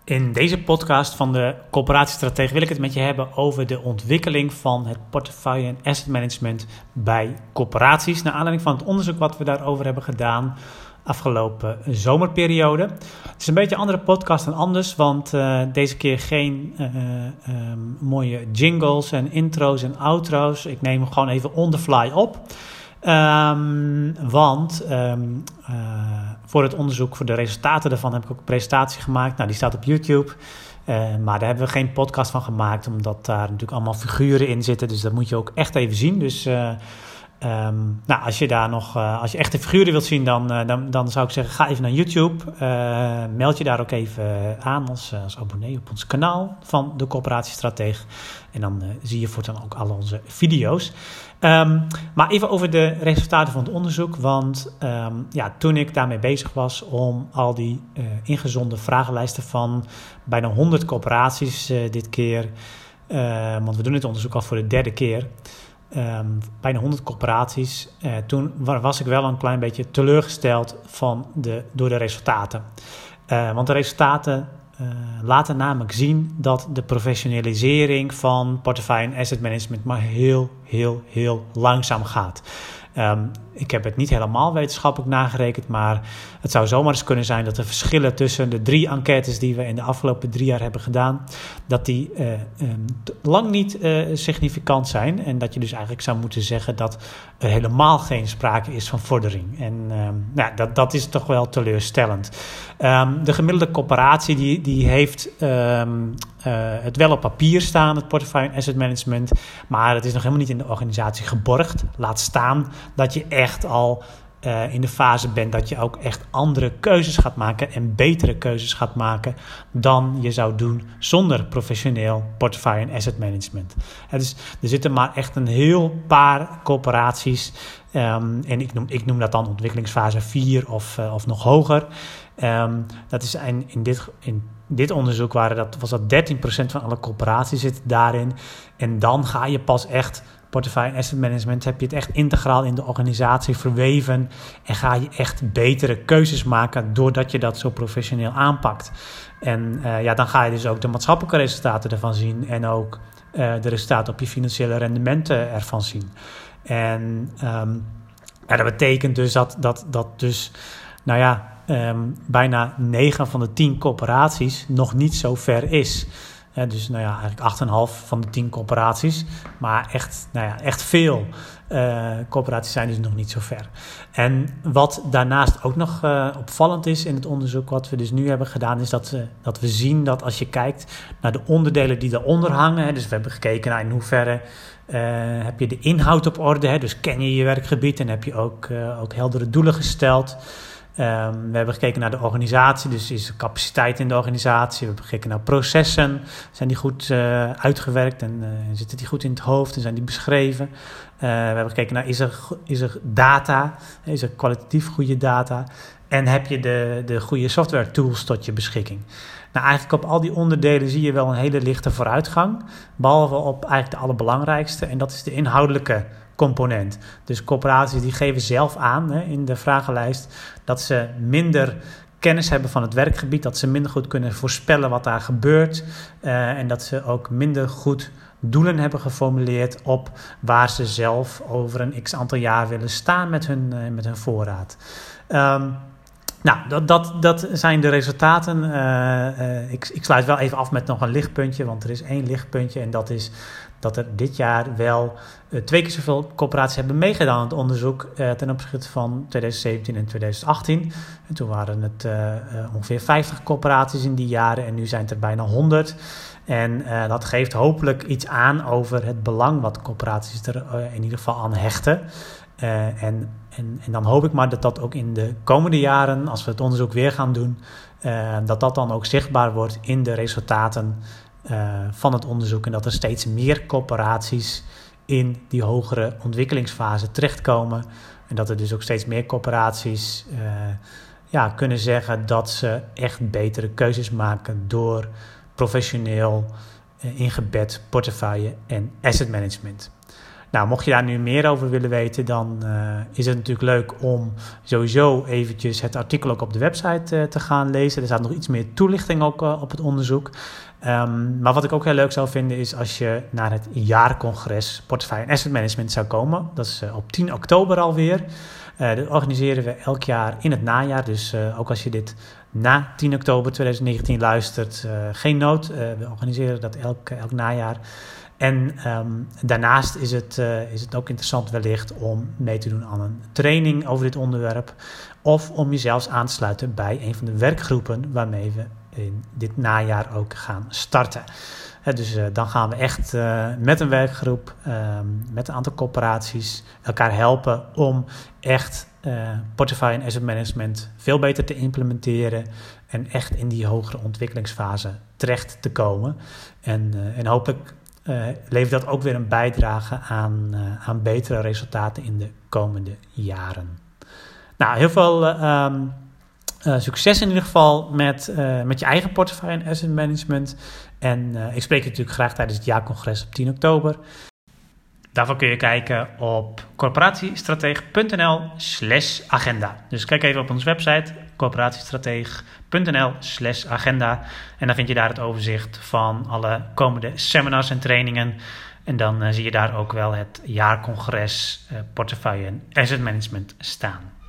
In deze podcast van de Coöperatiestrategie wil ik het met je hebben over de ontwikkeling van het portefeuille en asset management bij corporaties. Naar aanleiding van het onderzoek wat we daarover hebben gedaan afgelopen zomerperiode. Het is een beetje een andere podcast dan anders, want deze keer geen mooie jingles en intro's en outro's. Ik neem hem gewoon even on the fly op. Voor het onderzoek, voor de resultaten daarvan heb ik ook een presentatie gemaakt. Nou, die staat op YouTube. Maar daar hebben we geen podcast van gemaakt, omdat daar natuurlijk allemaal figuren in zitten. Dus dat moet je ook echt even zien. Dus als je echt de figuren wilt zien, dan zou ik zeggen, ga even naar YouTube. Meld je daar ook even aan als abonnee op ons kanaal van de Coöperatiestrategie. En dan zie je voortaan ook al onze video's. Maar even over de resultaten van het onderzoek. Want toen ik daarmee bezig was om al die ingezonden vragenlijsten van bijna 100 corporaties dit keer. Want we doen dit onderzoek al voor de derde keer. Bijna 100 corporaties. Toen was ik wel een klein beetje teleurgesteld door de resultaten. Want de resultaten laten namelijk zien dat de professionalisering van portefeuille en asset management maar heel langzaam gaat. Ik heb het niet helemaal wetenschappelijk nagerekend, maar het zou zomaar eens kunnen zijn dat de verschillen tussen de 3 enquêtes die we in de afgelopen 3 jaar hebben gedaan, dat die lang niet significant zijn. En dat je dus eigenlijk zou moeten zeggen dat er helemaal geen sprake is van vordering. En dat is toch wel teleurstellend. De gemiddelde corporatie die heeft het wel op papier staan, het portefeuille en asset management, maar het is nog helemaal niet in de organisatie geborgd. Laat staan dat je echt al in de fase bent dat je ook echt andere keuzes gaat maken en betere keuzes gaat maken dan je zou doen zonder professioneel portefeuille en asset management. Dus er zitten maar echt een heel paar corporaties en ik noem dat dan ontwikkelingsfase 4 of nog hoger. Dat is in dit onderzoek was dat 13% van alle corporaties zitten daarin. En dan ga je pas echt portefeuille en asset management, heb je het echt integraal in de organisatie verweven en ga je echt betere keuzes maken doordat je dat zo professioneel aanpakt. En dan ga je dus ook de maatschappelijke resultaten ervan zien en ook de resultaten op je financiële rendementen ervan zien. En dat betekent dus dat bijna 9 van de 10 corporaties nog niet zo ver is. Eigenlijk 8,5 van de 10 corporaties. Maar echt veel corporaties zijn dus nog niet zo ver. En wat daarnaast ook nog opvallend is in het onderzoek wat we dus nu hebben gedaan, is dat we zien dat als je kijkt naar de onderdelen die daaronder hangen. Dus we hebben gekeken naar in hoeverre heb je de inhoud op orde. Dus ken je je werkgebied en heb je ook heldere doelen gesteld. We hebben gekeken naar de organisatie, dus is er capaciteit in de organisatie. We hebben gekeken naar processen, zijn die goed uitgewerkt en zitten die goed in het hoofd en zijn die beschreven. We hebben gekeken naar is er data, is er kwalitatief goede data en heb je de goede software tools tot je beschikking. Nou, eigenlijk op al die onderdelen zie je wel een hele lichte vooruitgang, behalve op eigenlijk de allerbelangrijkste en dat is de inhoudelijke component. Dus corporaties die geven zelf aan in de vragenlijst dat ze minder kennis hebben van het werkgebied, dat ze minder goed kunnen voorspellen wat daar gebeurt en dat ze ook minder goed doelen hebben geformuleerd op waar ze zelf over een x-aantal jaar willen staan met hun voorraad. Dat zijn de resultaten. Ik sluit wel even af met nog een lichtpuntje, want er is 1 lichtpuntje en dat is dat er dit jaar wel 2 keer zoveel corporaties hebben meegedaan aan het onderzoek ten opzichte van 2017 en 2018. En toen waren het ongeveer 50 corporaties in die jaren en nu zijn het er bijna 100. En dat geeft hopelijk iets aan over het belang wat corporaties er in ieder geval aan hechten. En dan hoop ik maar dat ook in de komende jaren, als we het onderzoek weer gaan doen, dat dan ook zichtbaar wordt in de resultaten van het onderzoek. En dat er steeds meer corporaties in die hogere ontwikkelingsfase terechtkomen. En dat er dus ook steeds meer corporaties kunnen zeggen dat ze echt betere keuzes maken door professioneel ingebed portefeuille en asset management. Nou, mocht je daar nu meer over willen weten, dan is het natuurlijk leuk om sowieso eventjes het artikel ook op de website te gaan lezen. Er staat nog iets meer toelichting ook op het onderzoek. Maar wat ik ook heel leuk zou vinden is als je naar het jaarcongres Portefeuille en Asset Management zou komen. Dat is op 10 oktober alweer. Dat organiseren we elk jaar in het najaar. Dus ook als je dit na 10 oktober 2019 luistert, geen nood. We organiseren dat elk najaar. En daarnaast is het ook interessant wellicht om mee te doen aan een training over dit onderwerp. Of om je zelfs aan te sluiten bij een van de werkgroepen waarmee we in dit najaar ook gaan starten. Dus dan gaan we echt met een werkgroep, met een aantal corporaties elkaar helpen om echt portefeuille en asset management veel beter te implementeren en echt in die hogere ontwikkelingsfase terecht te komen. En hopelijk levert dat ook weer een bijdrage aan betere resultaten in de komende jaren. Nou, heel veel succes in ieder geval met je eigen portefeuille en asset management. En ik spreek je natuurlijk graag tijdens het jaarcongres op 10 oktober. Daarvoor kun je kijken op corporatiestratege.nl/agenda. Dus kijk even op onze website corporatiestratege.nl/agenda. En dan vind je daar het overzicht van alle komende seminars en trainingen. En dan zie je daar ook wel het jaarcongres portefeuille en asset management staan.